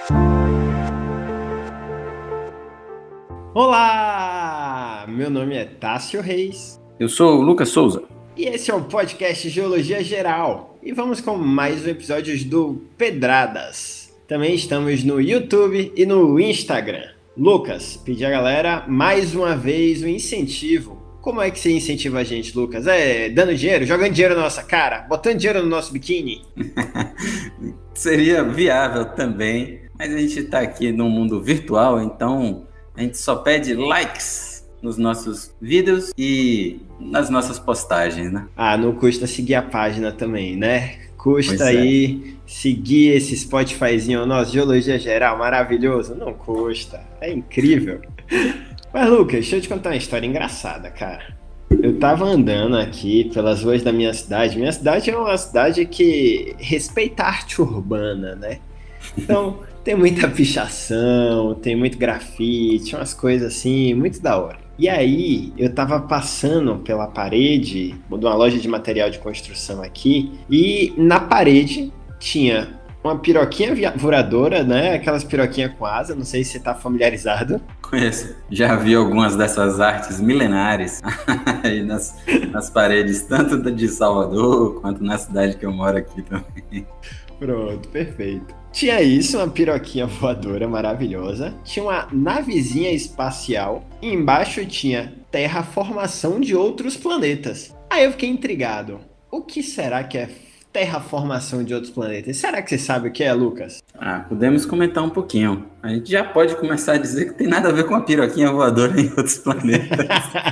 Olá! Meu nome é Tássio Reis. Eu sou o Lucas Souza. E esse é o podcast Geologia Geral. E vamos com mais episódios do Pedradas. Também estamos no YouTube e no Instagram. Lucas, pedi a galera mais uma vez o incentivo. Como é que você incentiva a gente, Lucas? Dando dinheiro? Jogando dinheiro na nossa cara? Botando dinheiro no nosso biquíni? Seria viável também, mas a gente está aqui num mundo virtual, então a gente só pede likes nos nossos vídeos e nas nossas postagens, né? Não custa seguir a página também, né? Custa aí seguir esse Spotifyzinho nosso, Geologia Geral, maravilhoso? Não custa, é incrível. Mas, Lucas, deixa eu te contar uma história engraçada, cara. Eu tava andando aqui pelas ruas da minha cidade. Minha cidade é uma cidade que respeita a arte urbana, né? Então, tem muita pichação, tem muito grafite, umas coisas assim, muito da hora. E aí, eu tava passando pela parede de uma loja de material de construção aqui, e na parede tinha uma piroquinha voadora, né? Aquelas piroquinhas com asa, não sei se você tá familiarizado. Conheço. Já vi algumas dessas artes milenares aí nas paredes, tanto de Salvador quanto na cidade que eu moro aqui também. Pronto, perfeito. Tinha isso, uma piroquinha voadora maravilhosa. Tinha uma navezinha espacial. E embaixo tinha terraformação de outros planetas. Aí eu fiquei intrigado. O que será que é terraformação de outros planetas? Será que você sabe o que é, Lucas? Podemos comentar um pouquinho. A gente já pode começar a dizer que tem nada a ver com a piroquinha voadora em outros planetas.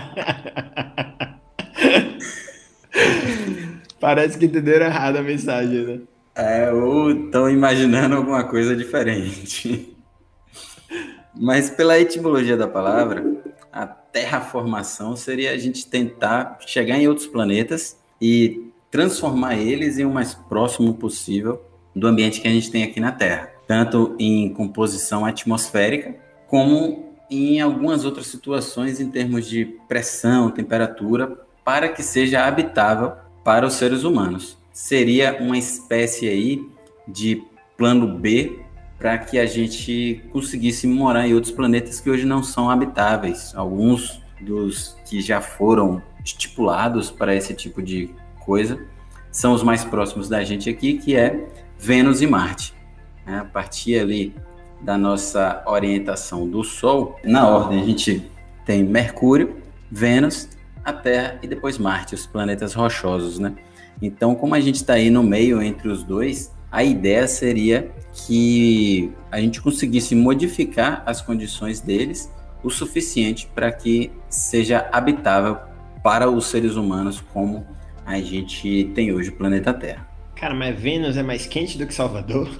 Parece que entenderam errado a mensagem, né? Ou estão imaginando alguma coisa diferente. Mas pela etimologia da palavra, a terraformação seria a gente tentar chegar em outros planetas e transformar eles em o mais próximo possível do ambiente que a gente tem aqui na Terra, tanto em composição atmosférica, como em algumas outras situações em termos de pressão, temperatura, para que seja habitável para os seres humanos. Seria uma espécie aí de plano B para que a gente conseguisse morar em outros planetas que hoje não são habitáveis. Alguns dos que já foram estipulados para esse tipo de coisa são os mais próximos da gente aqui, que é Vênus e Marte. A partir ali da nossa orientação do Sol, na ordem a gente tem Mercúrio, Vênus, a Terra e depois Marte, os planetas rochosos, né? Então, como a gente está aí no meio entre os dois, a ideia seria que a gente conseguisse modificar as condições deles o suficiente para que seja habitável para os seres humanos como a gente tem hoje o planeta Terra. Cara, mas Vênus é mais quente do que Salvador?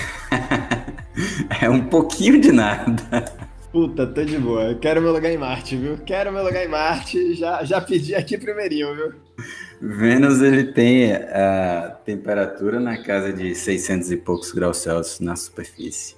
É um pouquinho de nada. Puta, tô de boa. Eu quero meu lugar em Marte, viu? Quero meu lugar em Marte. Já pedi aqui primeirinho, viu? Vênus, ele tem a temperatura na casa de 600 e poucos graus Celsius na superfície.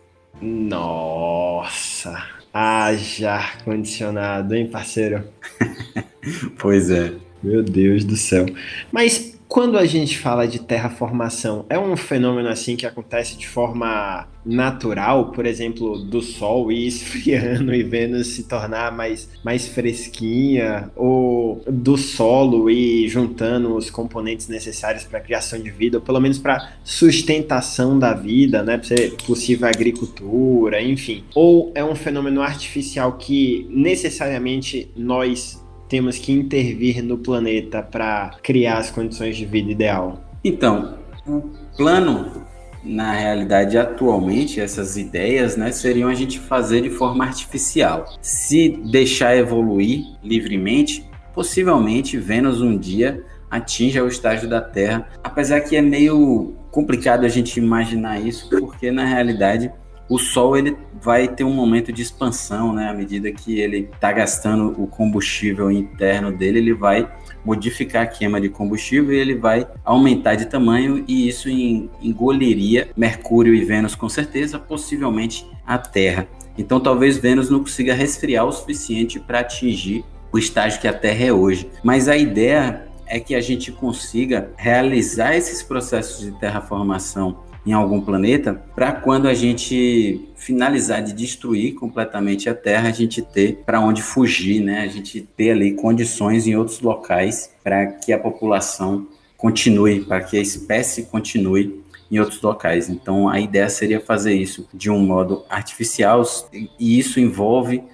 Nossa! Haja ar-condicionado, hein, parceiro? Pois é. Meu Deus do céu. Mas quando a gente fala de terraformação, é um fenômeno assim que acontece de forma natural, por exemplo, do Sol ir esfriando e Vênus se tornar mais fresquinha, ou do solo ir juntando os componentes necessários para a criação de vida, ou pelo menos para sustentação da vida, né, para ser possível agricultura, enfim. Ou é um fenômeno artificial que necessariamente nós temos que intervir no planeta para criar as condições de vida ideal? Então, o plano, na realidade, atualmente, essas ideias, né, seriam a gente fazer de forma artificial. Se deixar evoluir livremente, possivelmente Vênus um dia atinja o estágio da Terra, apesar que é meio complicado a gente imaginar isso, porque na realidade o Sol ele vai ter um momento de expansão, né? À medida que ele está gastando o combustível interno dele, ele vai modificar a queima de combustível e ele vai aumentar de tamanho, e isso engoliria Mercúrio e Vênus com certeza, possivelmente a Terra. Então talvez Vênus não consiga resfriar o suficiente para atingir o estágio que a Terra é hoje. Mas a ideia é que a gente consiga realizar esses processos de terraformação em algum planeta, para quando a gente finalizar de destruir completamente a Terra, a gente ter para onde fugir, né? A gente ter ali condições em outros locais para que a população continue, para que a espécie continue em outros locais. Então, a ideia seria fazer isso de um modo artificial, e isso envolve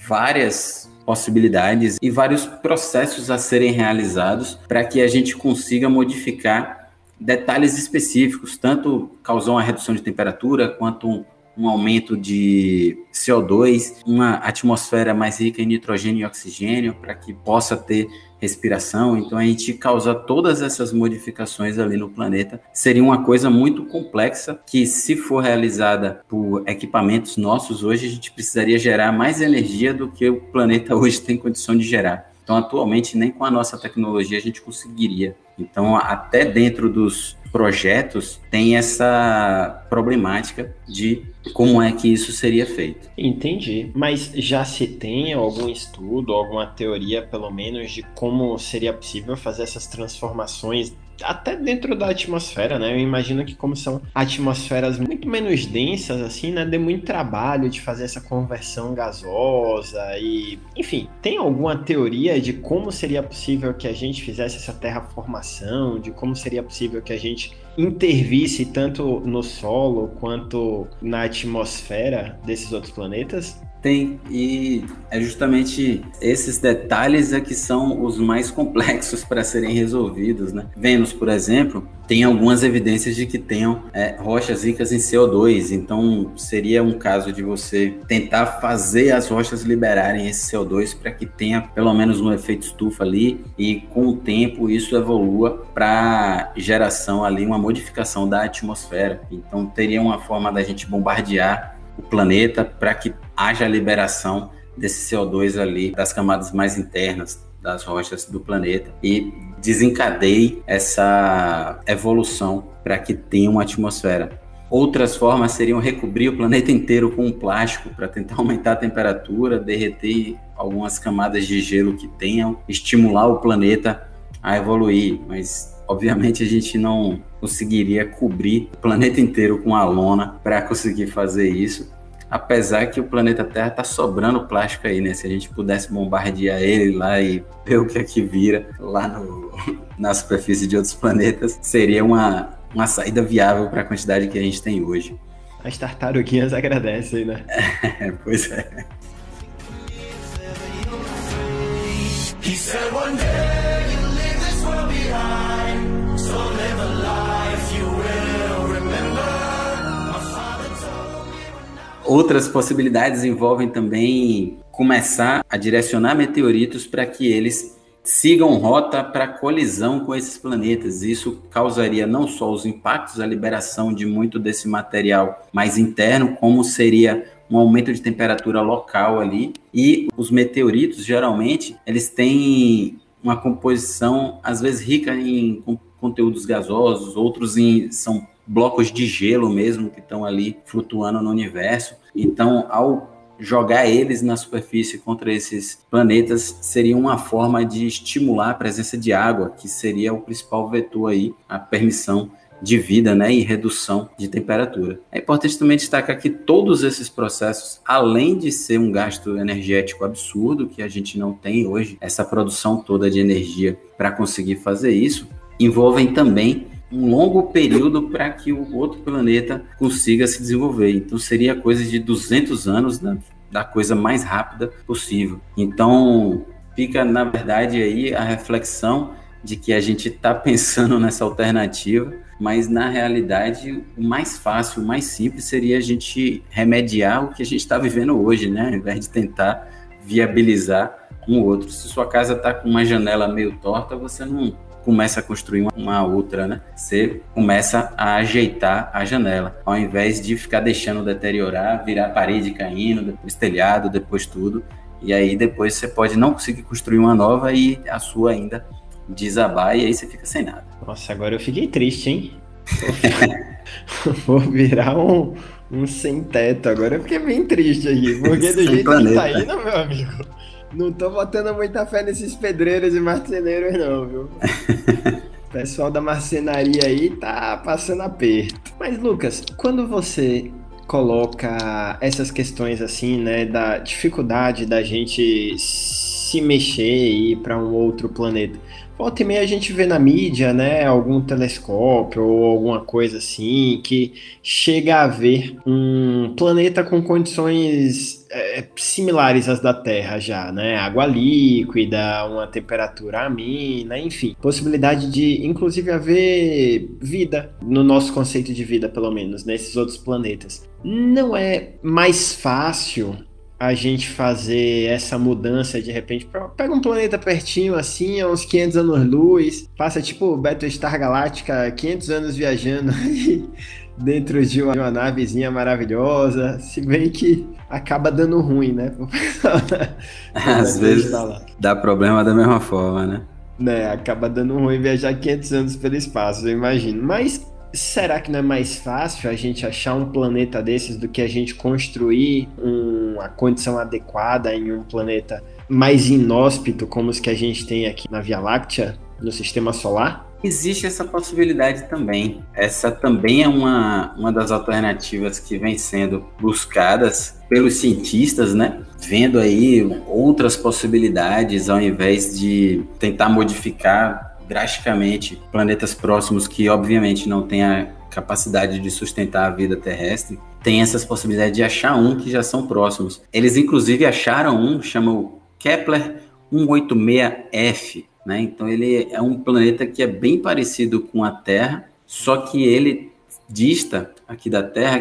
várias possibilidades e vários processos a serem realizados para que a gente consiga modificar detalhes específicos, tanto causar uma redução de temperatura, quanto um aumento de CO2, uma atmosfera mais rica em nitrogênio e oxigênio, para que possa ter respiração. Então, a gente causar todas essas modificações ali no planeta seria uma coisa muito complexa, que, se for realizada por equipamentos nossos hoje, a gente precisaria gerar mais energia do que o planeta hoje tem condição de gerar. Então, atualmente, nem com a nossa tecnologia a gente conseguiria. Então, até dentro dos projetos tem essa problemática de como é que isso seria feito. Entendi. Mas já se tem algum estudo, alguma teoria, pelo menos, de como seria possível fazer essas transformações até dentro da atmosfera, né? Eu imagino que, como são atmosferas muito menos densas, assim, né? Dê muito trabalho de fazer essa conversão gasosa e... Enfim, tem alguma teoria de como seria possível que a gente fizesse essa terraformação, de como seria possível que a gente intervisse tanto no solo quanto na atmosfera desses outros planetas? Tem, e é justamente esses detalhes que são os mais complexos para serem resolvidos, né? Vênus, por exemplo, tem algumas evidências de que tenham rochas ricas em CO2, então seria um caso de você tentar fazer as rochas liberarem esse CO2 para que tenha pelo menos um efeito estufa ali, e com o tempo isso evolua para geração ali, uma modificação da atmosfera. Então teria uma forma da gente bombardear o planeta para que haja a liberação desse CO2 ali das camadas mais internas das rochas do planeta e desencadeie essa evolução para que tenha uma atmosfera. Outras formas seriam recobrir o planeta inteiro com um plástico para tentar aumentar a temperatura, derreter algumas camadas de gelo que tenham, estimular o planeta a evoluir, mas obviamente a gente não conseguiria cobrir o planeta inteiro com a lona para conseguir fazer isso, apesar que o planeta Terra está sobrando plástico aí, né? Se a gente pudesse bombardear ele lá e ver o que é que vira lá na superfície de outros planetas, seria uma saída viável para a quantidade que a gente tem hoje. As tartaruguinhas agradecem, né? Pois é. He said one day you'll leave this world behind, so live a life you will remember. My father told me when I... Outras possibilidades envolvem também começar a direcionar meteoritos para que eles sigam rota para colisão com esses planetas. Isso causaria não só os impactos, a liberação de muito desse material mais interno, como seria um aumento de temperatura local ali. E os meteoritos, geralmente, eles têm uma composição, às vezes, rica em conteúdos gasosos, outros são blocos de gelo mesmo, que estão ali flutuando no universo. Então, ao jogar eles na superfície contra esses planetas, seria uma forma de estimular a presença de água, que seria o principal vetor aí, a permissão de vida, né, e redução de temperatura. É importante também destacar que todos esses processos, além de ser um gasto energético absurdo, que a gente não tem hoje, essa produção toda de energia para conseguir fazer isso, envolvem também um longo período para que o outro planeta consiga se desenvolver. Então, seria coisa de 200 anos da coisa mais rápida possível. Então, fica, na verdade, aí a reflexão de que a gente está pensando nessa alternativa, mas, na realidade, o mais fácil, o mais simples seria a gente remediar o que a gente está vivendo hoje, né? Ao invés de tentar viabilizar um outro. Se sua casa está com uma janela meio torta, você não começa a construir uma outra, né? Você começa a ajeitar a janela, ao invés de ficar deixando deteriorar, virar parede caindo, depois telhado, depois tudo. E aí depois você pode não conseguir construir uma nova e a sua ainda desabar, e aí você fica sem nada. Nossa, agora eu fiquei triste, hein? Vou virar um sem teto. Agora eu fiquei bem triste aqui, porque do jeito que tá indo, meu amigo, não tô botando muita fé nesses pedreiros e marceneiros não, viu? O pessoal da marcenaria aí tá passando aperto. Mas, Lucas, quando você coloca essas questões assim, né, da dificuldade da gente se mexer e ir para um outro planeta. Volta e meia a gente vê na mídia, né, algum telescópio ou alguma coisa assim que chega a ver um planeta com condições similares às da Terra já, né, água líquida, uma temperatura amena, enfim, possibilidade de inclusive haver vida no nosso conceito de vida, pelo menos, nesses outros planetas. Não é mais fácil a gente fazer essa mudança de repente? Pega um planeta pertinho assim, a uns 500 anos-luz, passa tipo Battlestar Galactica, 500 anos viajando aí dentro de uma navezinha maravilhosa, se bem que acaba dando ruim, né? Às vezes dá problema da mesma forma, né? Né, acaba dando ruim viajar 500 anos pelo espaço, eu imagino. Mas será que não é mais fácil a gente achar um planeta desses do que a gente construir uma condição adequada em um planeta mais inóspito como os que a gente tem aqui na Via Láctea, no Sistema Solar? Existe essa possibilidade também. Essa também é uma das alternativas que vem sendo buscadas pelos cientistas, né? Vendo aí outras possibilidades ao invés de tentar modificar drasticamente planetas próximos que obviamente não têm a capacidade de sustentar a vida terrestre. Tem essas possibilidades de achar que já são próximos. Eles inclusive acharam chama o Kepler 186f, né? Então ele é um planeta que é bem parecido com a Terra, só que ele dista aqui da Terra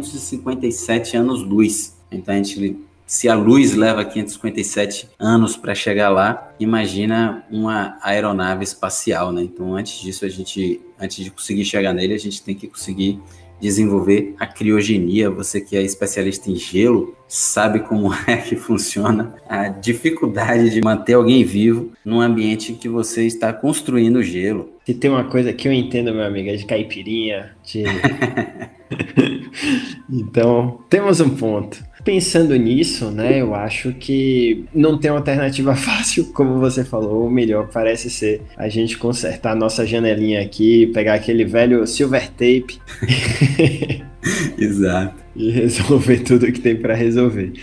557 anos-luz. Então se a luz leva 557 anos para chegar lá, imagina uma aeronave espacial, né? Então, antes disso, antes de conseguir chegar nele, a gente tem que conseguir desenvolver a criogenia. Você que é especialista em gelo, sabe como é que funciona a dificuldade de manter alguém vivo num ambiente que você está construindo gelo. Se tem uma coisa que eu entendo, meu amigo, é de caipirinha, Então, temos um ponto. Pensando nisso, né, eu acho que não tem uma alternativa fácil, como você falou. O melhor parece ser a gente consertar a nossa janelinha aqui, pegar aquele velho silver tape Exato. E resolver tudo que tem para resolver.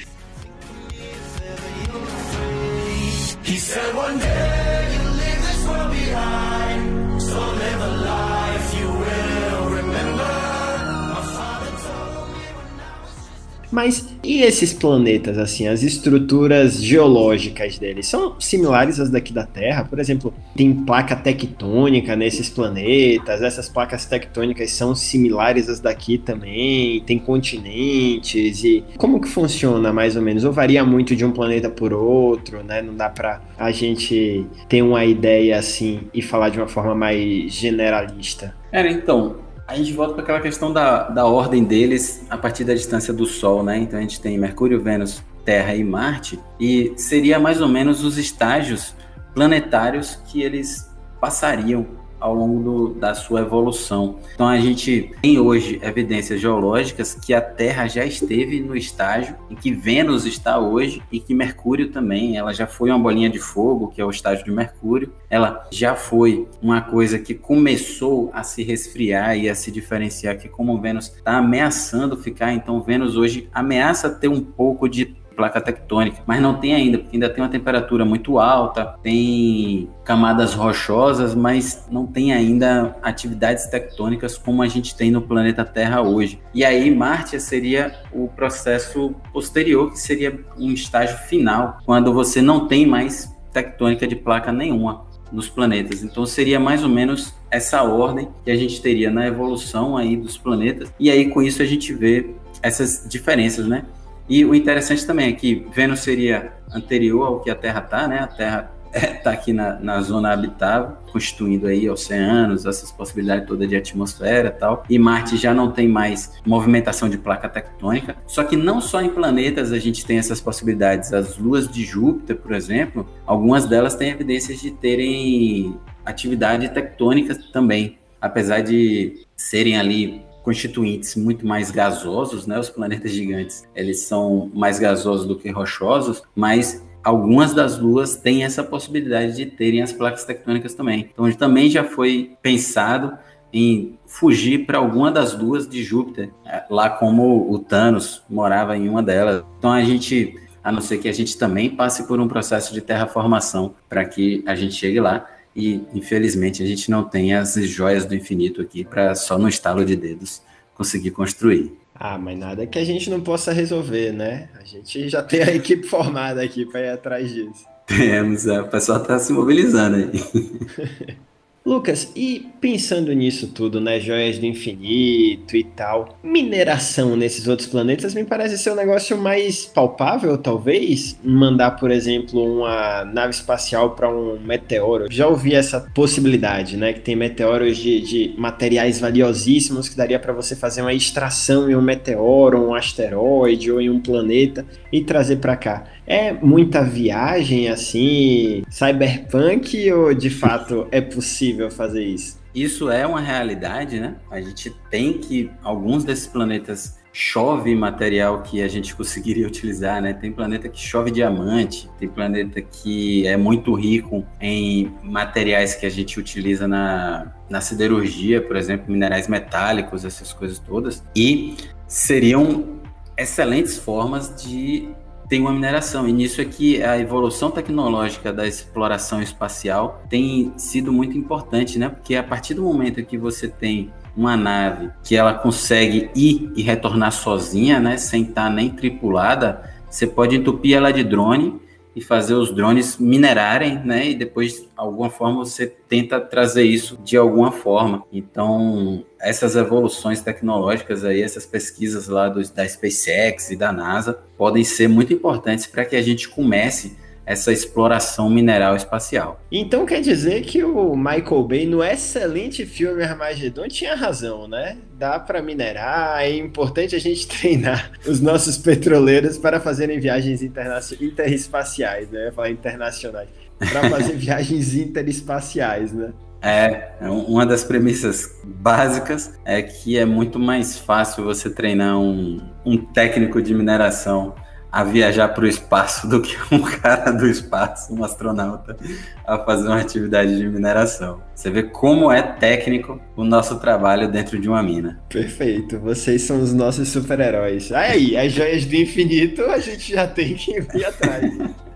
He said one day you'll leave this world behind, so live a life you will remember. My father told me when I was just Mas e esses planetas, assim, as estruturas geológicas deles são similares às daqui da Terra? Por exemplo, tem placa tectônica nesses planetas, essas placas tectônicas são similares às daqui também, tem continentes, e como que funciona mais ou menos? Ou varia muito de um planeta por outro, né? Não dá pra a gente ter uma ideia assim e falar de uma forma mais generalista. Então, a gente volta para aquela questão da ordem deles a partir da distância do Sol, né? Então a gente tem Mercúrio, Vênus, Terra e Marte, e seria mais ou menos os estágios planetários que eles passariam ao longo da sua evolução. Então a gente tem hoje evidências geológicas que a Terra já esteve no estágio em que Vênus está hoje e que Mercúrio também, ela já foi uma bolinha de fogo, que é o estágio de Mercúrio, ela já foi uma coisa que começou a se resfriar e a se diferenciar, que como Vênus está ameaçando ficar, então Vênus hoje ameaça ter um pouco de placa tectônica, mas não tem ainda, porque ainda tem uma temperatura muito alta, tem camadas rochosas, mas não tem ainda atividades tectônicas como a gente tem no planeta Terra hoje. E aí Marte seria o processo posterior, que seria um estágio final, quando você não tem mais tectônica de placa nenhuma nos planetas. Então seria mais ou menos essa ordem que a gente teria na evolução aí dos planetas, e aí com isso a gente vê essas diferenças, né? E o interessante também é que Vênus seria anterior ao que a Terra está, né? A Terra está aqui na zona habitável, constituindo aí oceanos, essas possibilidades todas de atmosfera e tal. E Marte já não tem mais movimentação de placa tectônica. Só que não só em planetas a gente tem essas possibilidades. As luas de Júpiter, por exemplo, algumas delas têm evidências de terem atividade tectônica também, apesar de serem ali constituintes muito mais gasosos, né? Os planetas gigantes, eles são mais gasosos do que rochosos, mas algumas das luas têm essa possibilidade de terem as placas tectônicas também. Então, também já foi pensado em fugir para alguma das luas de Júpiter, lá como o Thanos morava em uma delas. Então, a não ser que a gente também passe por um processo de terraformação para que a gente chegue lá. E, infelizmente, a gente não tem as joias do infinito aqui para só no estalo de dedos conseguir construir. Ah, mas nada que a gente não possa resolver, né? A gente já tem a equipe formada aqui para ir atrás disso. Temos, o pessoal está se mobilizando aí. Lucas, e pensando nisso tudo, né, joias do infinito e tal, mineração nesses outros planetas me parece ser um negócio mais palpável, talvez? Mandar, por exemplo, uma nave espacial para um meteoro. Já ouvi essa possibilidade, né, que tem meteoros de materiais valiosíssimos que daria para você fazer uma extração em um meteoro, um asteroide ou em um planeta e trazer para cá. É muita viagem, assim, cyberpunk, ou de fato é possível fazer isso? Isso é uma realidade, né? A gente tem que, alguns desses planetas chove material que a gente conseguiria utilizar, né? Tem planeta que chove diamante, tem planeta que é muito rico em materiais que a gente utiliza na siderurgia, por exemplo, minerais metálicos, essas coisas todas, e seriam excelentes formas de ter uma mineração. E nisso é que a evolução tecnológica da exploração espacial tem sido muito importante, né? Porque a partir do momento que você tem uma nave que ela consegue ir e retornar sozinha, né, sem estar nem tripulada, você pode entupir ela de drone e fazer os drones minerarem, né, e depois, de alguma forma, você tenta trazer isso de alguma forma. Então, essas evoluções tecnológicas aí, essas pesquisas lá da SpaceX e da NASA, podem ser muito importantes para que a gente comece essa exploração mineral espacial. Então quer dizer que o Michael Bay, no excelente filme Armagedon, tinha razão, né? Dá para minerar, é importante a gente treinar os nossos petroleiros para fazerem viagens interespaciais, né? Eu ia falar internacionais. Para fazer viagens interespaciais, né? Uma das premissas básicas é que é muito mais fácil você treinar um técnico de mineração a viajar para o espaço do que um cara do espaço, um astronauta, a fazer uma atividade de mineração. Você vê como é técnico o nosso trabalho dentro de uma mina. Perfeito, vocês são os nossos super-heróis. Aí, as joias do infinito a gente já tem que ir atrás.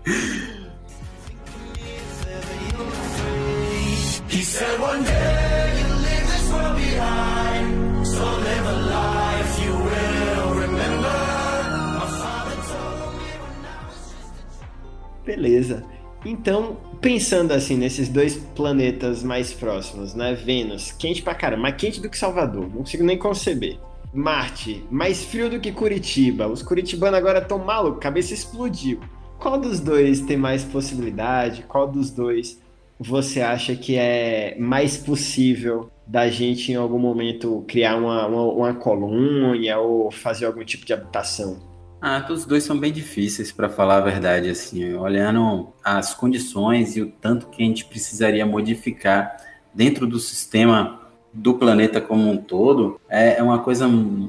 He said one day you'll leave this world behind, so live a life you will remember. My father told me when I was just a... Beleza. Então, pensando assim nesses dois planetas mais próximos, né? Vênus, quente pra caramba, mais quente do que Salvador, não consigo nem conceber. Marte, mais frio do que Curitiba. Os curitibanos agora estão malucos, cabeça explodiu. Qual dos dois tem mais possibilidade? Qual dos dois você acha que é mais possível da gente em algum momento criar uma colônia ou fazer algum tipo de habitação? Todos os dois são bem difíceis, para falar a verdade, assim, olhando as condições e o tanto que a gente precisaria modificar dentro do sistema do planeta como um todo, é uma coisa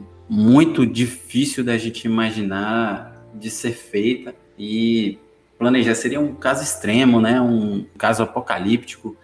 muito difícil da gente imaginar de ser feita e planejar. Seria um caso extremo, né? Um caso apocalíptico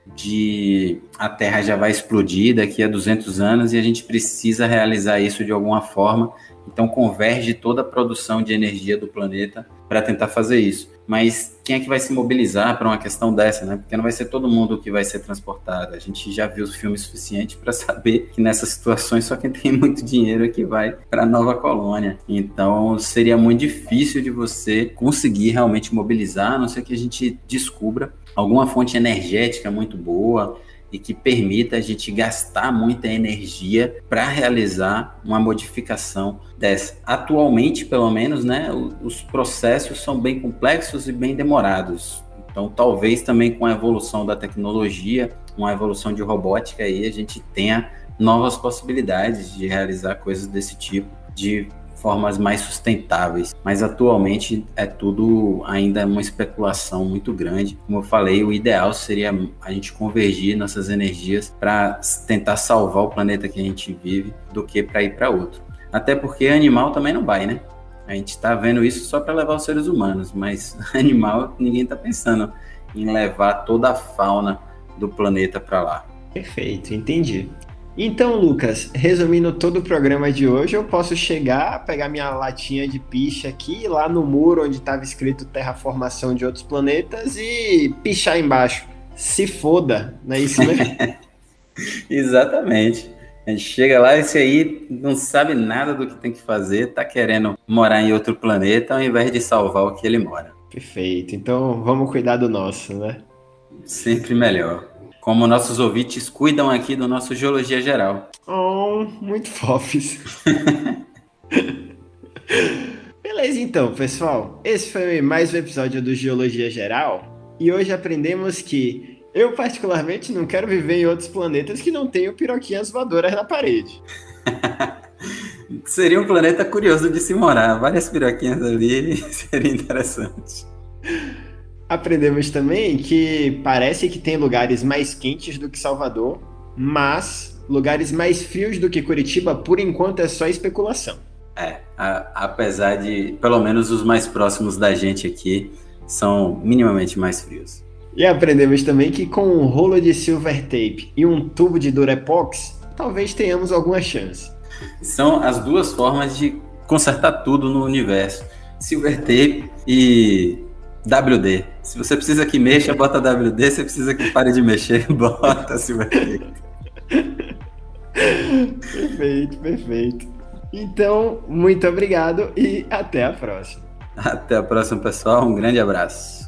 de a Terra já vai explodir daqui a 200 anos e a gente precisa realizar isso de alguma forma. Então converge toda a produção de energia do planeta para tentar fazer isso. Mas quem é que vai se mobilizar para uma questão dessa, né? Porque não vai ser todo mundo que vai ser transportado. A gente já viu os filmes suficientes para saber que nessas situações só quem tem muito dinheiro é que vai para a nova colônia. Então seria muito difícil de você conseguir realmente mobilizar, a não ser que a gente descubra alguma fonte energética muito boa e que permita a gente gastar muita energia para realizar uma modificação dessa. Atualmente, pelo menos, né, os processos são bem complexos e bem demorados. Então, talvez também com a evolução da tecnologia, uma evolução de robótica, aí a gente tenha novas possibilidades de realizar coisas desse tipo, de formas mais sustentáveis, mas atualmente é tudo ainda uma especulação muito grande. Como eu falei, o ideal seria a gente convergir nossas energias para tentar salvar o planeta que a gente vive do que para ir para outro. Até porque animal também não vai, né? A gente está vendo isso só para levar os seres humanos, mas animal, ninguém está pensando em levar toda a fauna do planeta para lá. Perfeito, entendi. Então, Lucas, resumindo todo o programa de hoje, eu posso chegar, pegar minha latinha de picha aqui, lá no muro onde estava escrito terraformação de outros planetas e pichar embaixo. Se foda, não é isso, né? Exatamente. A gente chega lá, esse aí não sabe nada do que tem que fazer, tá querendo morar em outro planeta ao invés de salvar o que ele mora. Perfeito. Então, vamos cuidar do nosso, né? Sempre melhor. Como nossos ouvintes cuidam aqui do nosso Geologia Geral. Oh, muito fofos. Beleza, então, pessoal. Esse foi mais um episódio do Geologia Geral. E hoje aprendemos que eu, particularmente, não quero viver em outros planetas que não tenham piroquinhas voadoras na parede. Seria um planeta curioso de se morar. Várias piroquinhas ali seria interessante. Aprendemos também que parece que tem lugares mais quentes do que Salvador, mas lugares mais frios do que Curitiba, por enquanto, é só especulação. Apesar de, pelo menos, os mais próximos da gente aqui são minimamente mais frios. E aprendemos também que com um rolo de silver tape e um tubo de Durepox, talvez tenhamos alguma chance. São as duas formas de consertar tudo no universo. Silver tape e WD. Se você precisa que mexa, bota WD. Se você precisa que pare de mexer, bota silver tape. Perfeito, perfeito. Então, muito obrigado e até a próxima. Até a próxima, pessoal. Um grande abraço.